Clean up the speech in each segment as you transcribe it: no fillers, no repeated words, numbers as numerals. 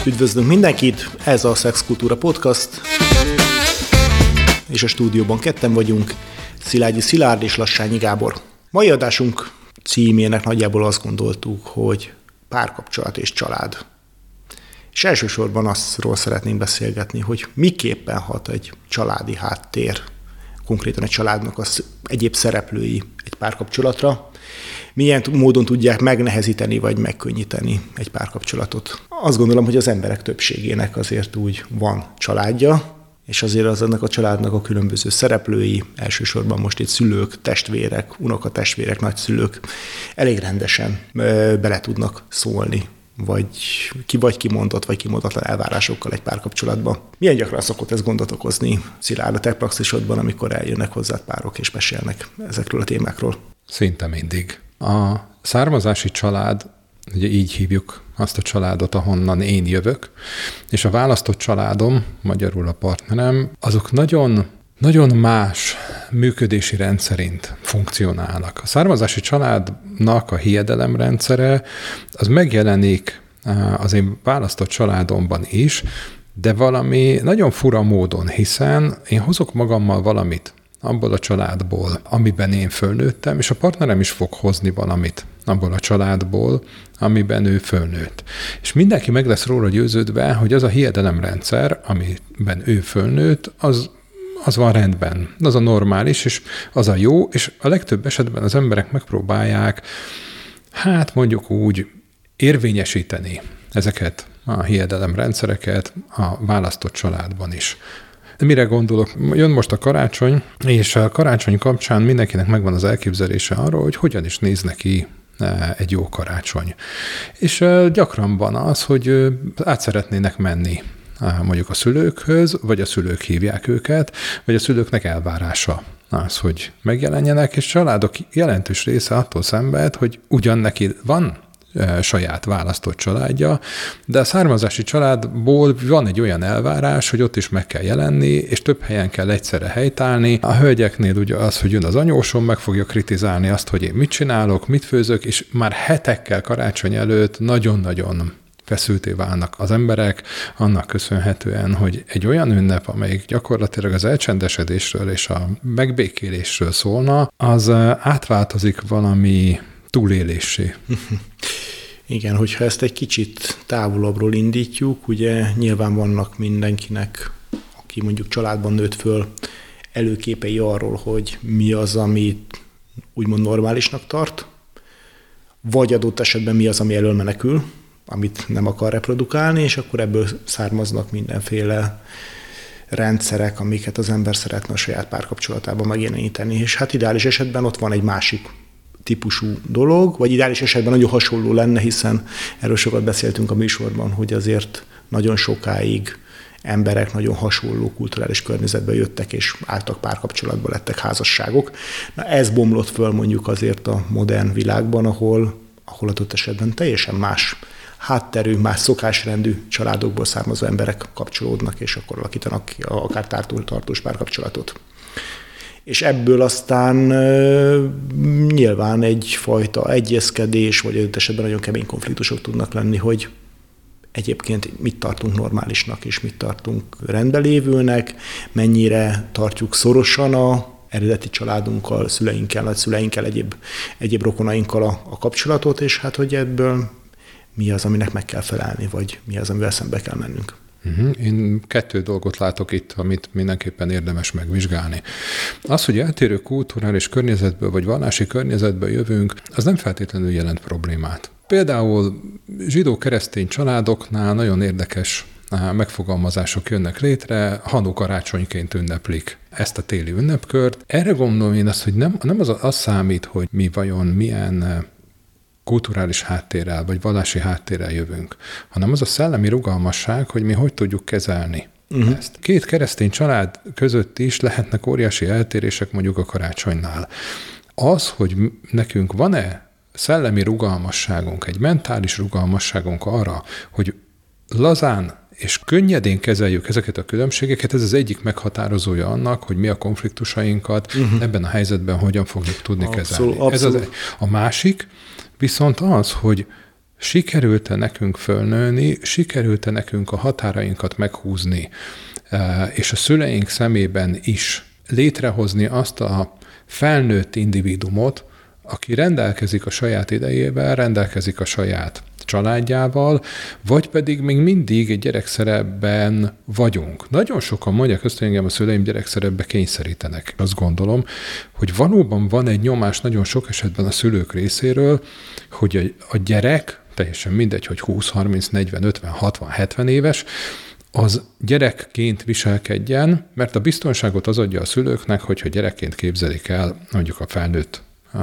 Üdvözlünk mindenkit, ez a Szexkultúra Podcast, és a stúdióban ketten vagyunk, Szilágyi Szilárd és Lassányi Gábor. Mai adásunk címének nagyjából azt gondoltuk, hogy párkapcsolat és család. És elsősorban azról szeretnénk beszélgetni, hogy miképpen hat egy családi háttér, konkrétan egy családnak az egyéb szereplői egy párkapcsolatra, milyen módon tudják megnehezíteni vagy megkönnyíteni egy párkapcsolatot. Azt gondolom, hogy az emberek többségének azért úgy van családja, és azért az ennek a családnak a különböző szereplői, elsősorban most itt szülők, testvérek, unokatestvérek, nagyszülők elég rendesen bele tudnak szólni, vagy kimondott, vagy kimondatlan elvárásokkal egy párkapcsolatba. Milyen gyakran szokott ez gondot okozni, Szilárd, a te praxisodban, amikor eljönnek hozzád párok és mesélnek ezekről a témákról? Szinte mindig. A származási család, ugye így hívjuk azt a családot, ahonnan én jövök, és a választott családom, magyarul a partnerem, azok nagyon, nagyon más működési rendszerint funkcionálnak. A származási családnak a hiedelemrendszere az megjelenik az én választott családomban is, de valami nagyon fura módon, hiszen én hozok magammal valamit abból a családból, amiben én fölnőttem, és a partnerem is fog hozni valamit abból a családból, amiben ő fölnőtt. És mindenki meg lesz róla győződve, hogy az a hiedelemrendszer, amiben ő fölnőtt, az van rendben, az a normális, és az a jó, és a legtöbb esetben az emberek megpróbálják, mondjuk úgy érvényesíteni ezeket a hiedelemrendszereket a választott családban is. De mire gondolok? Jön most a karácsony, és a karácsony kapcsán mindenkinek megvan az elképzelése arról, hogy hogyan is néz neki egy jó karácsony. És gyakran van az, hogy át szeretnének menni mondjuk a szülőkhöz, vagy a szülők hívják őket, vagy a szülőknek elvárása az, hogy megjelenjenek, és családok jelentős része attól szenved, hogy ugyan neki van saját választott családja, de a származási családból van egy olyan elvárás, hogy ott is meg kell jelenni, és több helyen kell egyszerre helytállni. A hölgyeknél ugye az, hogy jön az anyósom, meg fogja kritizálni azt, hogy én mit csinálok, mit főzök, és már hetekkel karácsony előtt nagyon-nagyon feszülté válnak az emberek, annak köszönhetően, hogy egy olyan ünnep, amelyik gyakorlatilag az elcsendesedésről és a megbékélésről szólna, az átváltozik valami túlélésé. Igen, hogyha ezt egy kicsit távolabbról indítjuk, ugye nyilván vannak mindenkinek, aki mondjuk családban nőtt föl, előképei arról, hogy mi az, amit úgymond normálisnak tart, vagy adott esetben mi az, ami elől menekül, amit nem akar reprodukálni, és akkor ebből származnak mindenféle rendszerek, amiket az ember szeretne a saját párkapcsolatában megjeleníteni. És hát ideális esetben ott van egy másik típusú dolog, vagy ideális esetben nagyon hasonló lenne, hiszen erről sokat beszéltünk a műsorban, hogy azért nagyon sokáig emberek nagyon hasonló kulturális környezetbe jöttek, és álltak párkapcsolatba, lettek házasságok. Na ez bomlott föl mondjuk azért a modern világban, ahol adott esetben teljesen más hátterű, más szokásrendű családokból származó emberek kapcsolódnak, és akkor alakítanak ki akár tartós párkapcsolatot. És ebből aztán nyilván egyfajta egyezkedés, vagy adott esetben nagyon kemény konfliktusok tudnak lenni, hogy egyébként mit tartunk normálisnak, és mit tartunk rendbelévőnek, mennyire tartjuk szorosan a eredeti családunkkal, szüleinkkel, nagyszüleinkkel, egyéb rokonainkkal a kapcsolatot, és hát, hogy ebből mi az, aminek meg kell felelni, vagy mi az, amivel szembe kell mennünk. Én 2 dolgot látok itt, amit mindenképpen érdemes megvizsgálni. Az, hogy eltérő kulturális környezetből vagy vallási környezetből jövünk, az nem feltétlenül jelent problémát. Például zsidó-keresztény családoknál nagyon érdekes megfogalmazások jönnek létre, Hanukarácsonyként ünneplik ezt a téli ünnepkört. Erre gondolom én azt, hogy nem az számít, hogy mi vajon milyen kulturális háttérrel, vagy vallási háttérrel jövünk, hanem az a szellemi rugalmasság, hogy mi hogy tudjuk kezelni ezt. 2 keresztény család között is lehetnek óriási eltérések mondjuk a karácsonynál. Az, hogy nekünk van-e szellemi rugalmasságunk, egy mentális rugalmasságunk arra, hogy lazán és könnyedén kezeljük ezeket a különbségeket, ez az egyik meghatározója annak, hogy mi a konfliktusainkat ebben a helyzetben hogyan fogjuk tudni kezelni. Abszolút. Ez a másik, viszont az, hogy sikerült-e nekünk fölnőni, sikerült-e nekünk a határainkat meghúzni, és a szüleink szemében is létrehozni azt a felnőtt individumot, aki rendelkezik a saját idejével, rendelkezik a saját családjával, vagy pedig még mindig egy gyerekszerepben vagyunk. Nagyon sokan mondják azt, hogy engem a szüleim gyerekszerepbe kényszerítenek. Azt gondolom, hogy valóban van egy nyomás nagyon sok esetben a szülők részéről, hogy a gyerek, teljesen mindegy, hogy 20, 30, 40, 50, 60, 70 éves, az gyerekként viselkedjen, mert a biztonságot az adja a szülőknek, hogyha gyerekként képzelik el mondjuk a felnőtt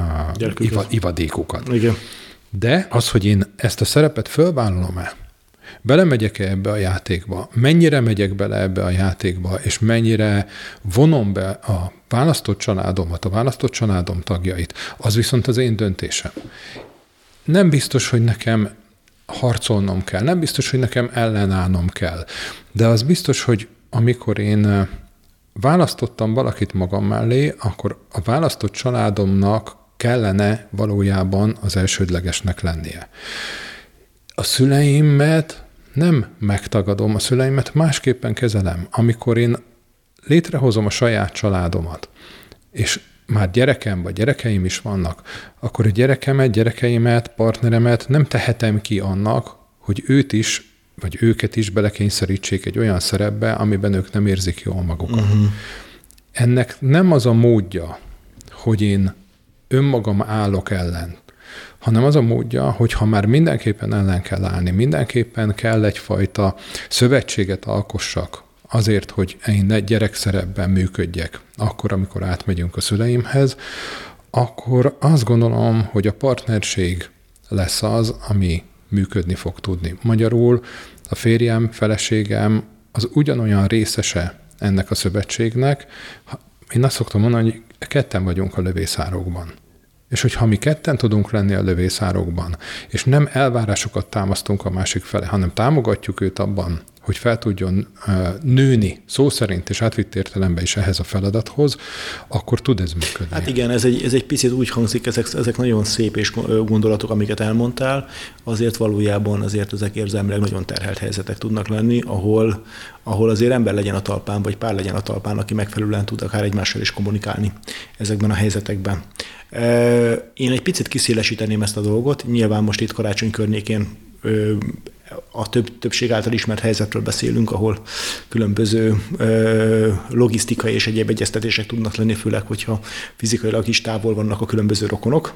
ivadékukat. Igen. De az, hogy én ezt a szerepet fölvállalom-e, belemegyek-e ebbe a játékba, mennyire megyek bele ebbe a játékba, és mennyire vonom be a választott családomat, a választott családom tagjait, az viszont az én döntésem. Nem biztos, hogy nekem harcolnom kell, nem biztos, hogy nekem ellenállnom kell, de az biztos, hogy amikor én választottam valakit magam mellé, akkor a választott családomnak kellene valójában az elsődlegesnek lennie. A szüleimet nem megtagadom, a szüleimet másképpen kezelem. Amikor én létrehozom a saját családomat, és már gyerekem vagy gyerekeim is vannak, akkor a gyerekeimet, partneremet nem tehetem ki annak, hogy őt is, vagy őket is belekényszerítsék egy olyan szerepbe, amiben ők nem érzik jól magukat. Uh-huh. Ennek nem az a módja, hogy én önmagam állok ellen, hanem az a módja, hogy ha már mindenképpen ellen kell állni, mindenképpen kell egyfajta szövetséget alkossak azért, hogy én egy gyerekszerepben működjek, akkor, amikor átmegyünk a szüleimhez, akkor azt gondolom, hogy a partnerség lesz az, ami működni fog tudni. Magyarul a férjem, feleségem az ugyanolyan részese ennek a szövetségnek. Én azt szoktam mondani, hogy ketten vagyunk a lövészárokban. És hogyha mi ketten tudunk lenni a lövészárokban, és nem elvárásokat támasztunk a másik fele, hanem támogatjuk őt abban, hogy fel tudjon nőni szó szerint és átvitt értelemben is ehhez a feladathoz, akkor tud ez működni. Hát igen, ez egy picit úgy hangzik, ezek nagyon szép és gondolatok, amiket elmondtál, azért valójában ezek érzelmileg nagyon terhelt helyzetek tudnak lenni, ahol azért ember legyen a talpán, vagy pár legyen a talpán, aki megfelelően tud akár egymással is kommunikálni ezekben a helyzetekben. Én egy picit kiszélesíteném ezt a dolgot, nyilván most itt karácsony környékén a többség által ismert helyzetről beszélünk, ahol különböző logisztikai és egyéb egyeztetések tudnak lenni, főleg, hogyha fizikailag is távol vannak a különböző rokonok.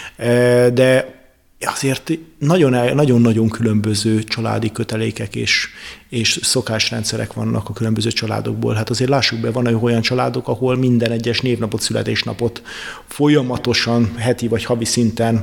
De azért nagyon-nagyon különböző családi kötelékek és szokásrendszerek vannak a különböző családokból. Hát azért lássuk be, van olyan családok, ahol minden egyes névnapot, születésnapot folyamatosan heti vagy havi szinten,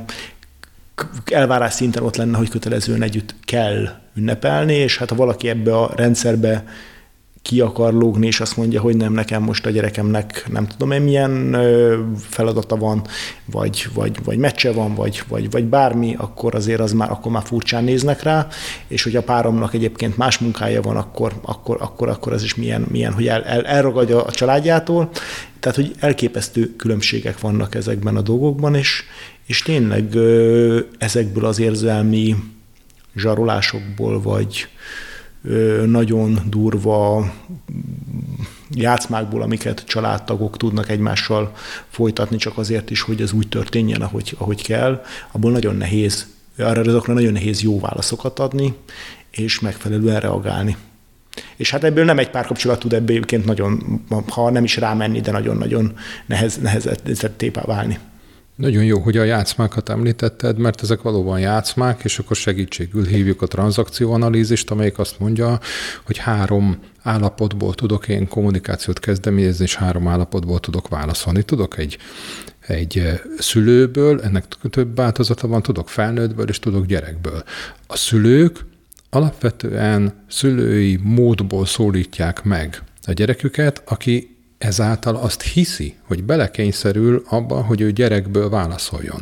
elvárás szinten ott lenne, hogy kötelezően együtt kell ünnepelni, és hát ha valaki ebbe a rendszerbe ki akar lógni, és azt mondja, hogy nem, nekem most a gyerekemnek nem tudom én milyen feladata van, vagy meccse van, vagy bármi, akkor azért akkor már furcsán néznek rá, és hogy a páromnak egyébként más munkája van, akkor az is milyen hogy elragadja a családjától. Tehát, hogy elképesztő különbségek vannak ezekben a dolgokban, és tényleg ezekből az érzelmi zsarolásokból, vagy nagyon durva játszmákból, amiket családtagok tudnak egymással folytatni, csak azért is, hogy ez úgy történjen, ahogy kell, abból nagyon nehéz, azokra nagyon nehéz jó válaszokat adni, és megfelelően reagálni. És hát ebből nem egy párkapcsolat tud egyébként nagyon, ha nem is rámenni, de nagyon-nagyon nehezetté válni. Nagyon jó, hogy a játszmákat említetted, mert ezek valóban játszmák, és akkor segítségül hívjuk a tranzakcióanalízist, amelyik azt mondja, hogy 3 állapotból tudok én kommunikációt kezdeményezni, és 3 állapotból tudok válaszolni. Tudok egy szülőből, ennek több változata van, tudok felnőttből, és tudok gyerekből. A szülők alapvetően szülői módból szólítják meg a gyereküket, aki ezáltal azt hiszi, hogy belekényszerül abba, hogy ő gyerekből válaszoljon.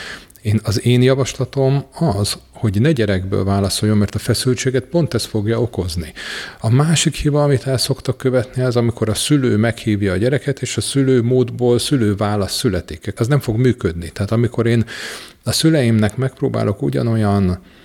Az én javaslatom az, hogy ne gyerekből válaszoljon, mert a feszültséget pont ez fogja okozni. A másik hiba, amit el szoktak követni, az, amikor a szülő meghívja a gyereket, és a szülő módból szülőválasz születik. Az nem fog működni. Tehát amikor én a szüleimnek megpróbálok ugyanolyan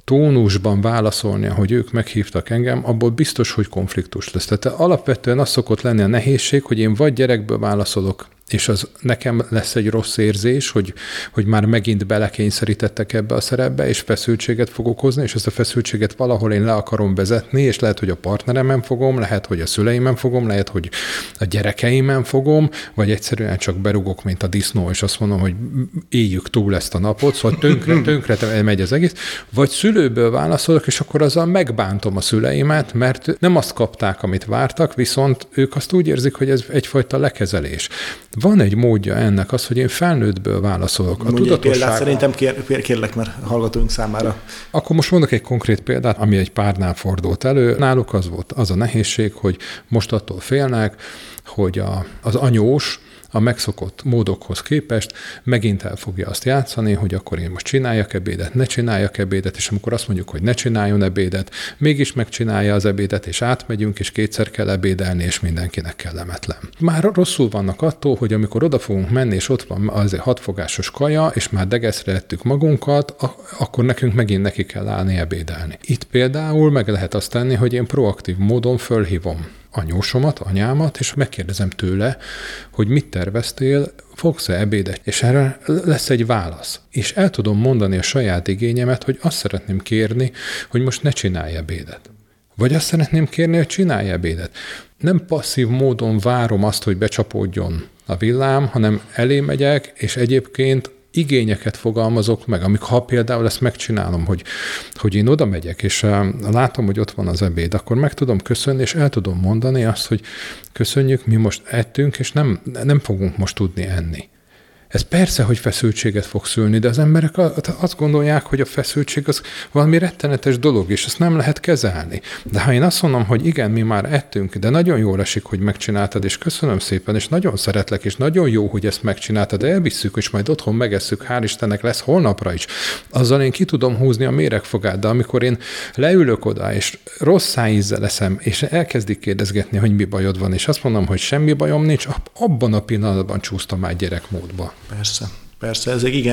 tónusban válaszolni, ahogy ők meghívtak engem, abból biztos, hogy konfliktus lesz. Tehát alapvetően az szokott lenni a nehézség, hogy én vagy gyerekből válaszolok, és az nekem lesz egy rossz érzés, hogy már megint belekényszerítettek ebbe a szerepbe, és feszültséget fog okozni, és ezt a feszültséget valahol én le akarom vezetni, és lehet, hogy a partneremen fogom, lehet, hogy a szüleimen fogom, lehet, hogy a gyerekeimen fogom, vagy egyszerűen csak berugok, mint a disznó, és azt mondom, hogy éljük túl ezt a napot, szóval tönkre megy az egész, vagy szülőből válaszolok, és akkor azzal megbántom a szüleimet, mert nem azt kapták, amit vártak, viszont ők azt úgy érzik, hogy ez egyfajta lekezelés. Van egy módja ennek az, hogy én felnőttből válaszolok. A tudatossággal... Szerintem kérlek, mert hallgatóink számára. Akkor most mondok egy konkrét példát, ami egy párnál fordult elő. Náluk az volt az a nehézség, hogy most attól félnek, hogy az anyós a megszokott módokhoz képest megint el fogja azt játszani, hogy akkor én most csináljak ebédet, ne csináljak ebédet, és amikor azt mondjuk, hogy ne csináljon ebédet, mégis megcsinálja az ebédet, és átmegyünk, és kétszer kell ebédelni, és mindenkinek kellemetlen. Már rosszul vannak attól, hogy amikor oda fogunk menni, és ott van az 6 fogásos kaja, és már degeszre ettük magunkat, akkor nekünk megint neki kell állni ebédelni. Itt például meg lehet azt tenni, hogy én proaktív módon fölhívom anyósomat, anyámat, és megkérdezem tőle, hogy mit terveztél, fogsz-e ebédet? És erre lesz egy válasz. És el tudom mondani a saját igényemet, hogy azt szeretném kérni, hogy most ne csinálj ebédet. Vagy azt szeretném kérni, hogy csinálj ebédet. Nem passzív módon várom azt, hogy becsapódjon a villám, hanem elé megyek, és egyébként igényeket fogalmazok meg, ha például ezt megcsinálom, hogy én oda megyek, és látom, hogy ott van az ebéd, akkor meg tudom köszönni, és el tudom mondani azt, hogy köszönjük, mi most ettünk, és nem fogunk most tudni enni. Ez persze, hogy feszültséget fog szülni, de az emberek azt gondolják, hogy a feszültség az valami rettenetes dolog, és ezt nem lehet kezelni. De ha én azt mondom, hogy igen, mi már ettünk, de nagyon jól esik, hogy megcsináltad, és köszönöm szépen, és nagyon szeretlek, és nagyon jó, hogy ezt megcsináltad, de elvisszük, és majd otthon megesszük, hál' Istennek lesz holnapra is. Azzal én ki tudom húzni a méregfogát, de amikor én leülök oda, és rossz ízzel eszem, és elkezdik kérdezgetni, hogy mi bajod van, és azt mondom, hogy semmi bajom nincs, abban a pillanatban csúsztam már gyerekmódba. Persze,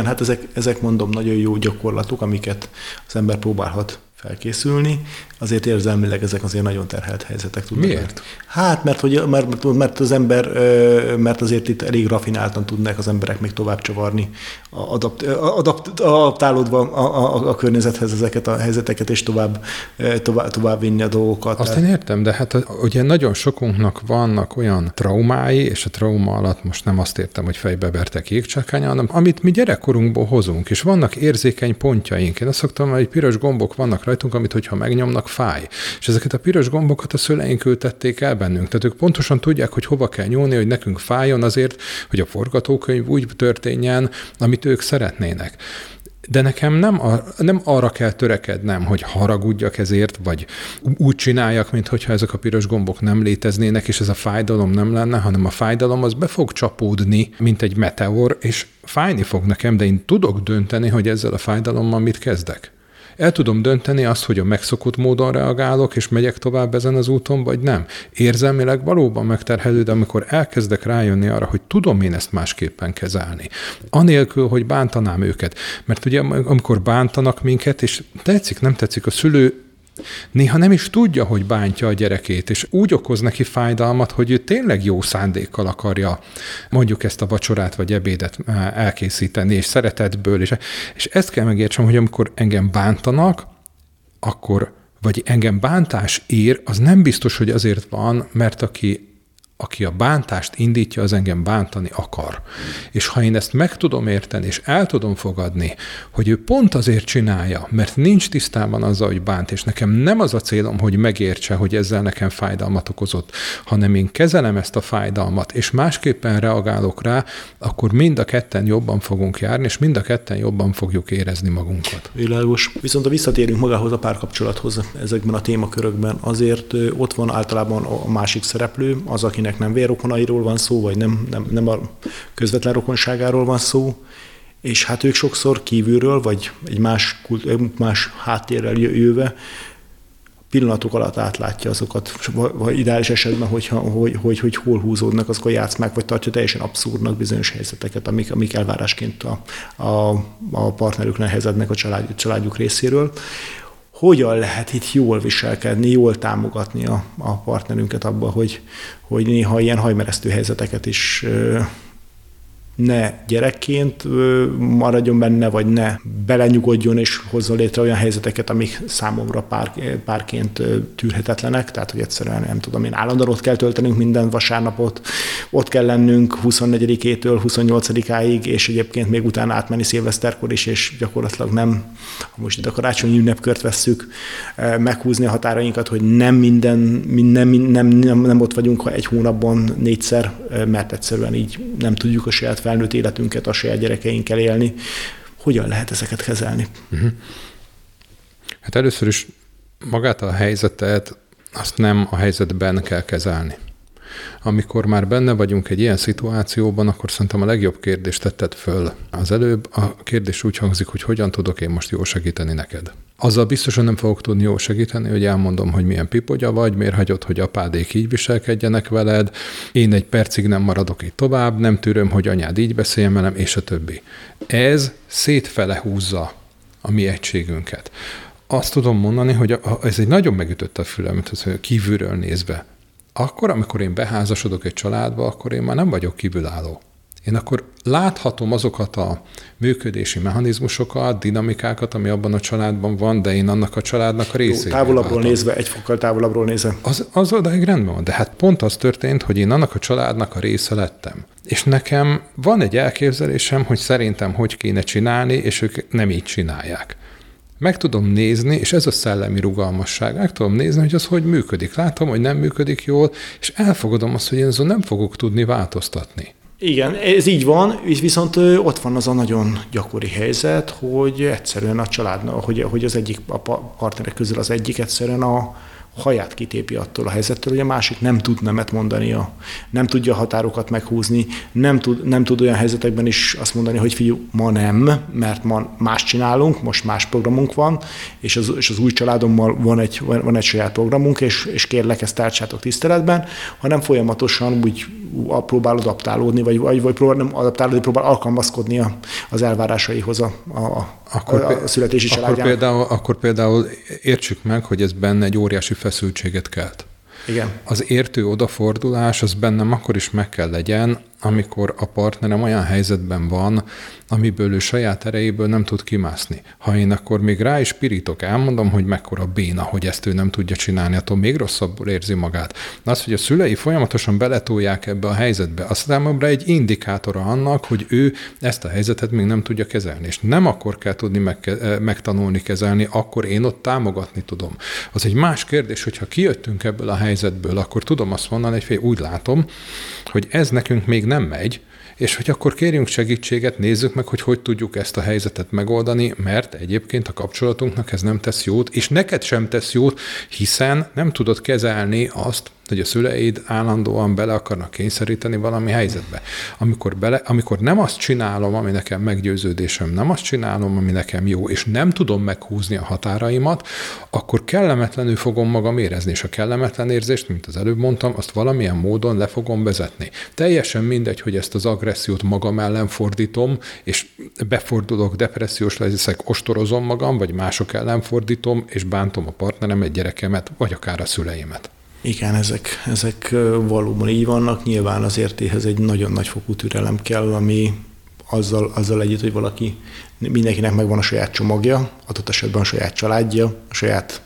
ezek mondom nagyon jó gyakorlatok, amiket az ember próbálhat felkészülni. Azért érzelmileg ezek azért nagyon terhelt helyzetek tudnak. Miért? Hát, mert az ember, mert azért itt elég rafináltan tudnak az emberek még tovább csavarni, adaptálódva a környezethez ezeket a helyzeteket, és tovább vinni a dolgokat. Azt én értem, de hát ugye nagyon sokunknak vannak olyan traumái, és a trauma alatt most nem azt értem, hogy fejbe vertek jégcsákánya, hanem amit mi gyerekkorunkból hozunk, és vannak érzékeny pontjaink. Én azt szoktam, hogy piros gombok vannak rajtunk, amit hogyha megnyomnak, fáj. És ezeket a piros gombokat a szüleink ültették el bennünk. Tehát ők pontosan tudják, hogy hova kell nyúlni, hogy nekünk fájjon azért, hogy a forgatókönyv úgy történjen, amit ők szeretnének. De nekem nem arra kell törekednem, hogy haragudjak ezért, vagy úgy csináljak, mintha ezek a piros gombok nem léteznének, és ez a fájdalom nem lenne, hanem a fájdalom az be fog csapódni, mint egy meteor, és fájni fog nekem, de én tudok dönteni, hogy ezzel a fájdalommal mit kezdek. El tudom dönteni azt, hogy a megszokott módon reagálok, és megyek tovább ezen az úton, vagy nem. Érzelmileg valóban megterhelő, de amikor elkezdek rájönni arra, hogy tudom én ezt másképpen kezelni, anélkül, hogy bántanám őket. Mert ugye amikor bántanak minket, és tetszik, nem tetszik, a szülő néha nem is tudja, hogy bántja a gyerekét, és úgy okoz neki fájdalmat, hogy ő tényleg jó szándékkal akarja mondjuk ezt a vacsorát vagy ebédet elkészíteni, és szeretetből, és ezt kell megértsem, hogy amikor engem bántanak, akkor, vagy engem bántás ér, az nem biztos, hogy azért van, mert aki a bántást indítja, az engem bántani akar. És ha én ezt meg tudom érteni, és el tudom fogadni, hogy ő pont azért csinálja, mert nincs tisztában azzal, hogy bánt, és nekem nem az a célom, hogy megértse, hogy ezzel nekem fájdalmat okozott, hanem én kezelem ezt a fájdalmat, és másképpen reagálok rá, akkor mind a ketten jobban fogunk járni, és mind a ketten jobban fogjuk érezni magunkat. Világos. Viszont ha visszatérünk magához a párkapcsolathoz ezekben a témakörökben, azért ott van általában a másik szereplő, az, akinek nem vérrokonairól van szó, vagy nem a közvetlen rokonságáról van szó, és hát ők sokszor kívülről, vagy egy más háttérrel jöve pillanatok alatt átlátja azokat, vagy ideális esetben, hogy hol húzódnak azok a játszmák, vagy tartja teljesen abszurdnak bizonyos helyzeteket, amik elvárásként a partnerük nehezednek a családjuk részéről. hogyan lehet itt jól viselkedni, jól támogatni a partnerünket abban, hogy néha ilyen hajmeresztő helyzeteket is ne gyerekként maradjon benne, vagy ne belenyugodjon és hozzon létre olyan helyzeteket, amik számomra párként tűrhetetlenek, tehát hogy egyszerűen nem tudom, én állandóan ott kell töltenünk minden vasárnapot, ott kell lennünk 24-től 28-áig, és egyébként még utána átmenni szilveszterkor is, és gyakorlatilag nem, ha most itt a karácsonyi ünnepkört vesszük, meghúzni a határainkat, hogy nem ott vagyunk egy hónapban 4-szer, mert egyszerűen így nem tudjuk a saját felnőtt életünket a saját gyerekeinkkel élni. Hogyan lehet ezeket kezelni? Hát először is magát a helyzetet, azt nem a helyzetben kell kezelni. Amikor már benne vagyunk egy ilyen szituációban, akkor szerintem a legjobb kérdést tetted föl az előbb. A kérdés úgy hangzik, hogy hogyan tudok én most jól segíteni neked. Azzal biztosan nem fogok tudni jól segíteni, hogy elmondom, hogy milyen pipogya vagy, miért hagyod, hogy apádék így viselkedjenek veled, én egy percig nem maradok itt tovább, nem tűröm, hogy anyád így beszéljen velem, és a többi. Ez szétfele húzza a mi egységünket. Azt tudom mondani, hogy ez egy nagyon megütött a fülemet, hogy kívülről nézve. Akkor, amikor én beházasodok egy családba, akkor én már nem vagyok kívülálló. Én akkor láthatom azokat a működési mechanizmusokat, dinamikákat, ami abban a családban van, de én annak a családnak a részét. Távolabbról nézve, egy fokkal távolabbról nézve. Az odáig rendben van, de hát pont az történt, hogy én annak a családnak a része lettem. És nekem van egy elképzelésem, hogy szerintem hogy kéne csinálni, és ők nem így csinálják. Meg tudom nézni, és ez a szellemi rugalmasság, meg tudom nézni, hogy az hogy működik. Látom, hogy nem működik jól, és elfogadom azt, hogy én azon nem fogok tudni változtatni. Igen, ez így van, és viszont ott van az a nagyon gyakori helyzet, hogy egyszerűen a családnak, hogy az egyik a partnerek közül az egyik egyszerűen a haját kitépi attól a helyzettől, hogy a másik nem tud nemet mondani, nem tudja a határokat meghúzni, nem tud olyan helyzetekben is azt mondani, hogy fiú, ma nem, mert ma más csinálunk, most más programunk van, és az új családommal van egy saját programunk, és kérlek, ezt tartsátok tiszteletben, hanem folyamatosan úgy próbál adaptálódni, vagy próbál alkalmazkodni az elvárásaihoz a születési családjának. Akkor például értsük meg, hogy ez benne egy óriási feszültséget kelt. Igen. Az értő odafordulás, az bennem akkor is meg kell legyen, amikor a partnerem olyan helyzetben van, amiből ő saját erejéből nem tud kimászni. Ha én akkor még rá is pirítok, elmondom, hogy mekkora béna, hogy ezt ő nem tudja csinálni, attól még rosszabbul érzi magát. Az, hogy a szülei folyamatosan beletolják ebbe a helyzetbe, az számomra egy indikátora annak, hogy ő ezt a helyzetet még nem tudja kezelni. És nem akkor kell tudni megtanulni kezelni, akkor én ott támogatni tudom. Az egy más kérdés, hogyha kijöttünk ebből a helyzetből, akkor tudom azt mondani, hogy úgy látom, hogy ez nekünk még nem megy, és hogy akkor kérjünk segítséget, nézzük meg, hogy tudjuk ezt a helyzetet megoldani, mert egyébként a kapcsolatunknak ez nem tesz jót, és neked sem tesz jót, hiszen nem tudod kezelni azt, hogy a szüleid állandóan bele akarnak kényszeríteni valami helyzetbe. Amikor nem azt csinálom, ami nekem meggyőződésem, nem azt csinálom, ami nekem jó, és nem tudom meghúzni a határaimat, akkor kellemetlenül fogom magam érezni, és a kellemetlen érzést, mint az előbb mondtam, azt valamilyen módon le fogom vezetni. Teljesen mindegy, hogy ezt az agressziót magam ellen fordítom, és befordulok, depressziós leszek, ostorozom magam, vagy mások ellen fordítom, és bántom a partneremet, gyerekemet, vagy akár a szüleimet. Igen, ezek valóban így vannak. Nyilván azért ehhez egy nagyon nagy fokú türelem kell, ami azzal együtt, hogy mindenkinek megvan a saját csomagja, adott esetben a saját családja, a saját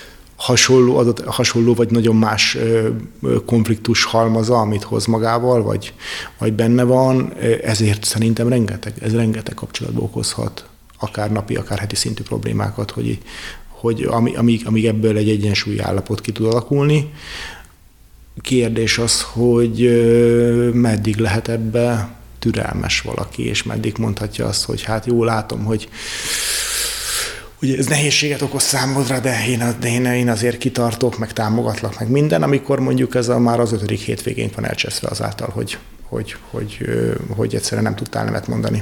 hasonló vagy nagyon más konfliktus halmaza, amit hoz magával, vagy benne van. Ezért szerintem rengeteg kapcsolatba okozhat akár napi, akár heti szintű problémákat, hogy amíg ebből egy egyensúlyi állapot ki tud alakulni. Kérdés az, hogy meddig lehet ebbe türelmes valaki, és meddig mondhatja azt, hogy hát jó, látom, hogy ugye ez nehézséget okoz számodra, de én azért kitartok, meg támogatlak, meg minden, amikor mondjuk ez már az 5. hétvégén van elcseszve azáltal, hogy egyszerűen nem tudtál nemet mondani.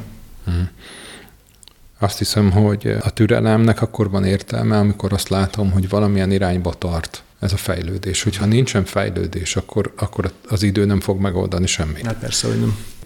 Azt hiszem, hogy a türelemnek akkor van értelme, amikor azt látom, hogy valamilyen irányba tart ez a fejlődés. Hogyha nincsen fejlődés, akkor az idő nem fog megoldani semmit. Hát persze, hogy nem.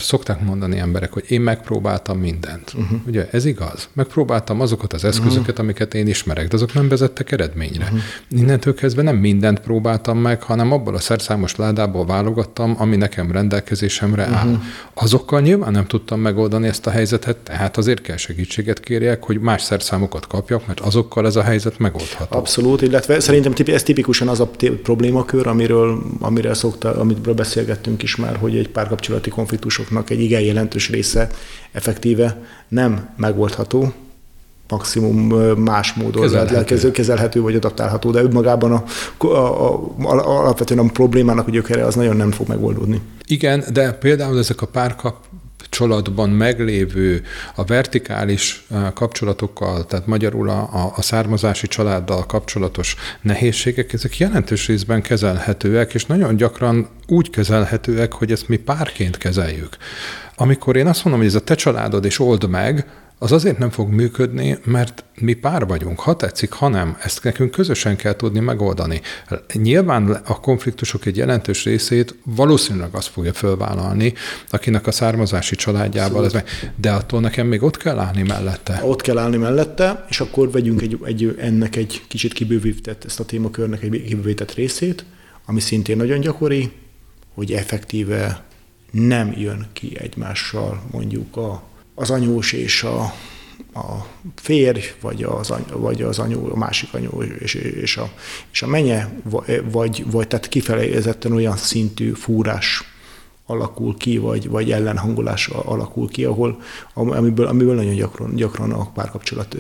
szokták mondani emberek, hogy én megpróbáltam mindent. Ugye ez igaz? Megpróbáltam azokat az eszközöket, amiket én ismerek, de azok nem vezettek eredményre. Innentől kezdve nem mindent próbáltam meg, hanem abból a szerszámos ládából válogattam, ami nekem rendelkezésemre áll. Azokkal nyilván nem tudtam megoldani ezt a helyzetet, tehát azért kell segítséget kérjek, hogy más szerszámokat kapjak, mert azokkal ez a helyzet megoldható. Abszolút, illetve szerintem ez tipikusan az a problémakör, amiről beszélgettünk is már, hogy egy párkapcsolati konfliktusoknak egy igen jelentős része effektíve nem megoldható, maximum más módon kezelhető vagy adaptálható, de önmagában alapvetően a problémának a gyökere az nagyon nem fog megoldódni. Igen, de például ezek a párkapcsolatban meglévő a vertikális kapcsolatokkal, tehát magyarul a származási családdal kapcsolatos nehézségek, ezek jelentős részben kezelhetőek, és nagyon gyakran úgy kezelhetőek, hogy ezt mi párként kezeljük. Amikor én azt mondom, hogy ez a te családod, és old meg, az azért nem fog működni, mert mi pár vagyunk, ha tetszik, ha nem. Ezt nekünk közösen kell tudni megoldani. Nyilván a konfliktusok egy jelentős részét valószínűleg azt fogja fölvállalni, akinek a származási családjával ez meg. De attól nekem még ott kell állni mellette. Ott kell állni mellette, és akkor vegyünk ennek egy kicsit kibővített, ezt a témakörnek egy kibővített részét, ami szintén nagyon gyakori, hogy effektíve nem jön ki egymással mondjuk az anyós és a férj, vagy az anyu, a másik anyu és a menye, vagy tehát kifejezetten olyan szintű fúrás alakul ki, vagy ellenhangolás alakul ki, amiből nagyon gyakran a párkapcsolat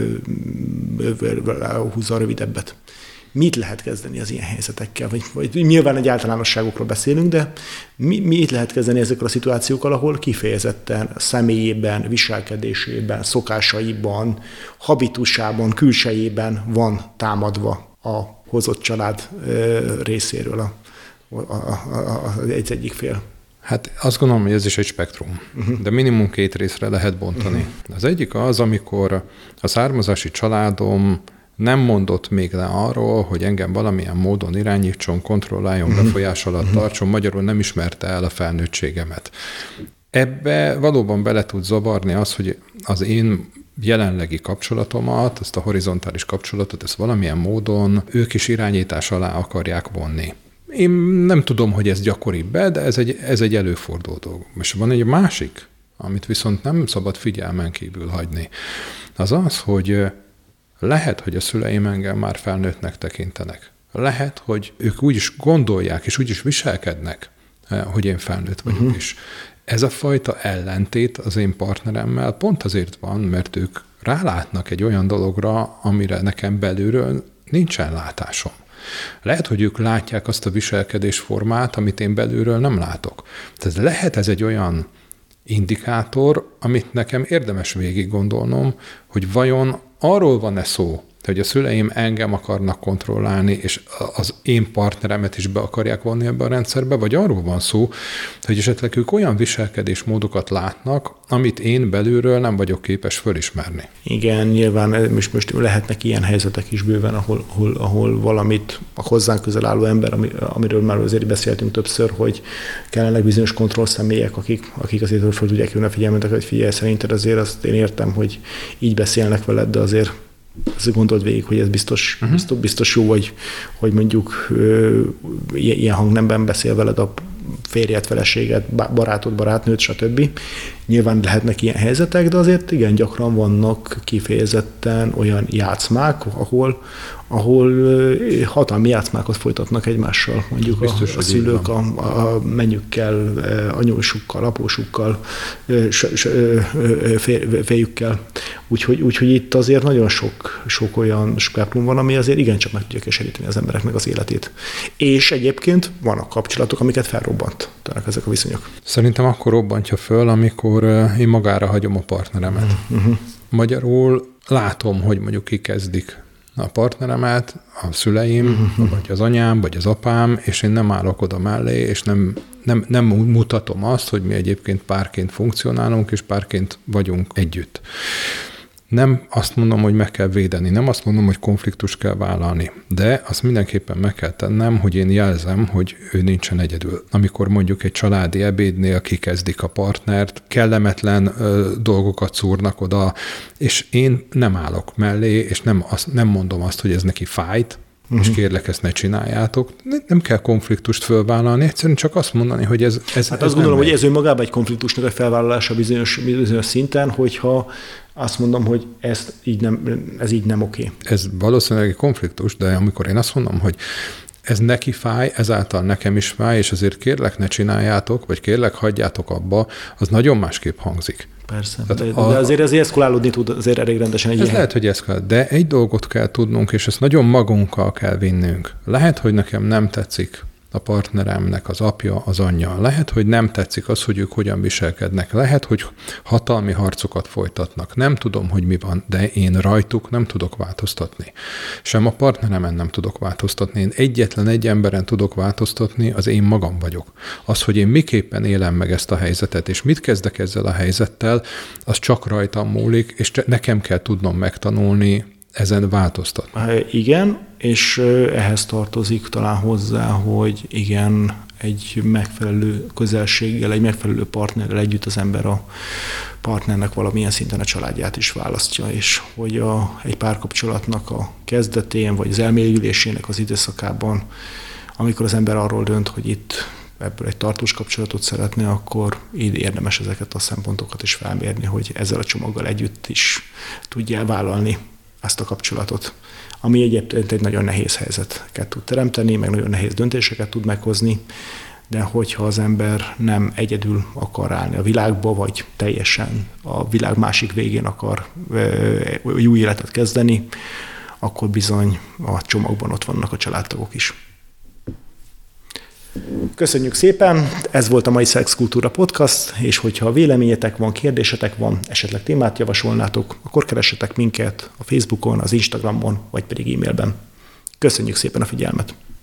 húzza a rövidebbet. Mit lehet kezdeni az ilyen helyzetekkel? Vagy nyilván egy általánosságokról beszélünk, de mit lehet kezdeni ezekkel a szituációkkal, ahol kifejezetten személyében, viselkedésében, szokásaiban, habitusában, külsejében van támadva a hozott család részéről egy egyik fél? Hát azt gondolom, hogy ez is egy spektrum, de minimum 2 részre lehet bontani. Az egyik az, amikor a származási családom nem mondott még le arról, hogy engem valamilyen módon irányítson, kontrolláljon, befolyás alatt tartson, magyarul nem ismerte el a felnőttségemet. Ebbe valóban bele tud zavarni az, hogy az én jelenlegi kapcsolatomat, ezt a horizontális kapcsolatot, ezt valamilyen módon ők is irányítás alá akarják vonni. Én nem tudom, hogy ez gyakoribb, de ez egy előforduló dolog. És van egy másik, amit viszont nem szabad figyelmen kívül hagyni. Az az, hogy lehet, hogy a szüleim engem már felnőttnek tekintenek. Lehet, hogy ők úgy is gondolják, és úgy is viselkednek, hogy én felnőtt vagyok is. Ez a fajta ellentét az én partneremmel pont azért van, mert ők rálátnak egy olyan dologra, amire nekem belülről nincsen látásom. Lehet, hogy ők látják azt a viselkedésformát, amit én belülről nem látok. Tehát lehet ez egy olyan indikátor, amit nekem érdemes végig gondolnom, hogy vajon arról van-e szó, hogy a szüleim engem akarnak kontrollálni, és az én partneremet is be akarják vonni ebbe a rendszerbe, vagy arról van szó, hogy esetleg ők olyan viselkedésmódokat látnak, amit én belülről nem vagyok képes fölismerni. Igen, nyilván most lehetnek ilyen helyzetek is bőven, ahol valamit a hozzánk közel álló ember, amiről már azért beszéltünk többször, hogy kellenek bizonyos kontrollszemélyek, akik azért fel tudják jönni a figyelmet, hogy figyelj, szerinted azért azt én értem, hogy így beszélnek veled, de azért gondold végig, hogy ez biztos jó, hogy mondjuk ilyen hangnemben beszél veled a férjed, feleséget, barátod, barátnőt, stb. Nyilván lehetnek ilyen helyzetek, de azért igen gyakran vannak kifejezetten olyan játszmák, ahol hatalmi játszmákat folytatnak egymással, mondjuk biztos, a szülők a menyükkel, anyósukkal, apósukkal, férjükkel. Úgyhogy itt azért nagyon sok olyan spektrum van, ami azért igencsak meg tudja keseríteni az embereknek az életét. És egyébként vannak kapcsolatok, amiket felrobbantanak ezek a viszonyok. Szerintem akkor robbantja föl, amikor én magára hagyom a partneremet. Magyarul látom, hogy mondjuk kikezdik a partneremet, a szüleim, vagy az anyám, vagy az apám, és én nem állok oda mellé, és nem mutatom azt, hogy mi egyébként párként funkcionálunk, és párként vagyunk együtt. Nem azt mondom, hogy meg kell védeni, nem azt mondom, hogy konfliktust kell vállalni, de azt mindenképpen meg kell tennem, hogy én jelzem, hogy ő nincsen egyedül. Amikor mondjuk egy családi ebédnél kikezdik a partnert, kellemetlen dolgokat szúrnak oda, és én nem állok mellé, és nem mondom azt, hogy ez neki fájt, és kérlek, ezt ne csináljátok. Nem kell konfliktust fölvállalni, egyszerűen csak azt mondani, hogy ez Hát azt gondolom, hogy ez önmagában egy konfliktusnak a felvállalása bizonyos szinten, hogyha azt mondom, hogy ez így nem oké. Ez valószínűleg egy konfliktus, de amikor én azt mondom, hogy ez neki fáj, ezáltal nekem is fáj, és azért kérlek, ne csináljátok, vagy kérlek, hagyjátok abba, az nagyon másképp hangzik. Persze, de azért ez eszkalálódni tud azért elég rendesen. Ez lehet, hogy eszkalál, de egy dolgot kell tudnunk, és ezt nagyon magunkkal kell vinnünk. Lehet, hogy nekem nem tetszik a partneremnek az apja, az anyja. Lehet, hogy nem tetszik az, hogy ők hogyan viselkednek. Lehet, hogy hatalmi harcokat folytatnak. Nem tudom, hogy mi van, de én rajtuk nem tudok változtatni. Sem a partneremen nem tudok változtatni. Én egyetlen egy emberen tudok változtatni, az én magam vagyok. Az, hogy én miképpen élem meg ezt a helyzetet, és mit kezdek ezzel a helyzettel, az csak rajtam múlik, és nekem kell tudnom megtanulni ezen változtatni. Igen, és ehhez tartozik talán hozzá, hogy igen, egy megfelelő közelséggel, egy megfelelő partnerrel együtt az ember a partnernek valamilyen szinten a családját is választja, és hogy egy párkapcsolatnak a kezdetén, vagy az elmélyülésének az időszakában, amikor az ember arról dönt, hogy itt ebből egy tartós kapcsolatot szeretne, akkor így érdemes ezeket a szempontokat is felmérni, hogy ezzel a csomaggal együtt is tudja vállalni ezt a kapcsolatot, ami egyébként egy nagyon nehéz helyzeteket tud teremteni, meg nagyon nehéz döntéseket tud meghozni, de hogyha az ember nem egyedül akar állni a világba, vagy teljesen a világ másik végén akar új életet kezdeni, akkor bizony a csomagban ott vannak a családtagok is. Köszönjük szépen, ez volt a mai Szexkultúra Podcast, és hogyha véleményetek van, kérdésetek van, esetleg témát javasolnátok, akkor keressetek minket a Facebookon, az Instagramon, vagy pedig e-mailben. Köszönjük szépen a figyelmet!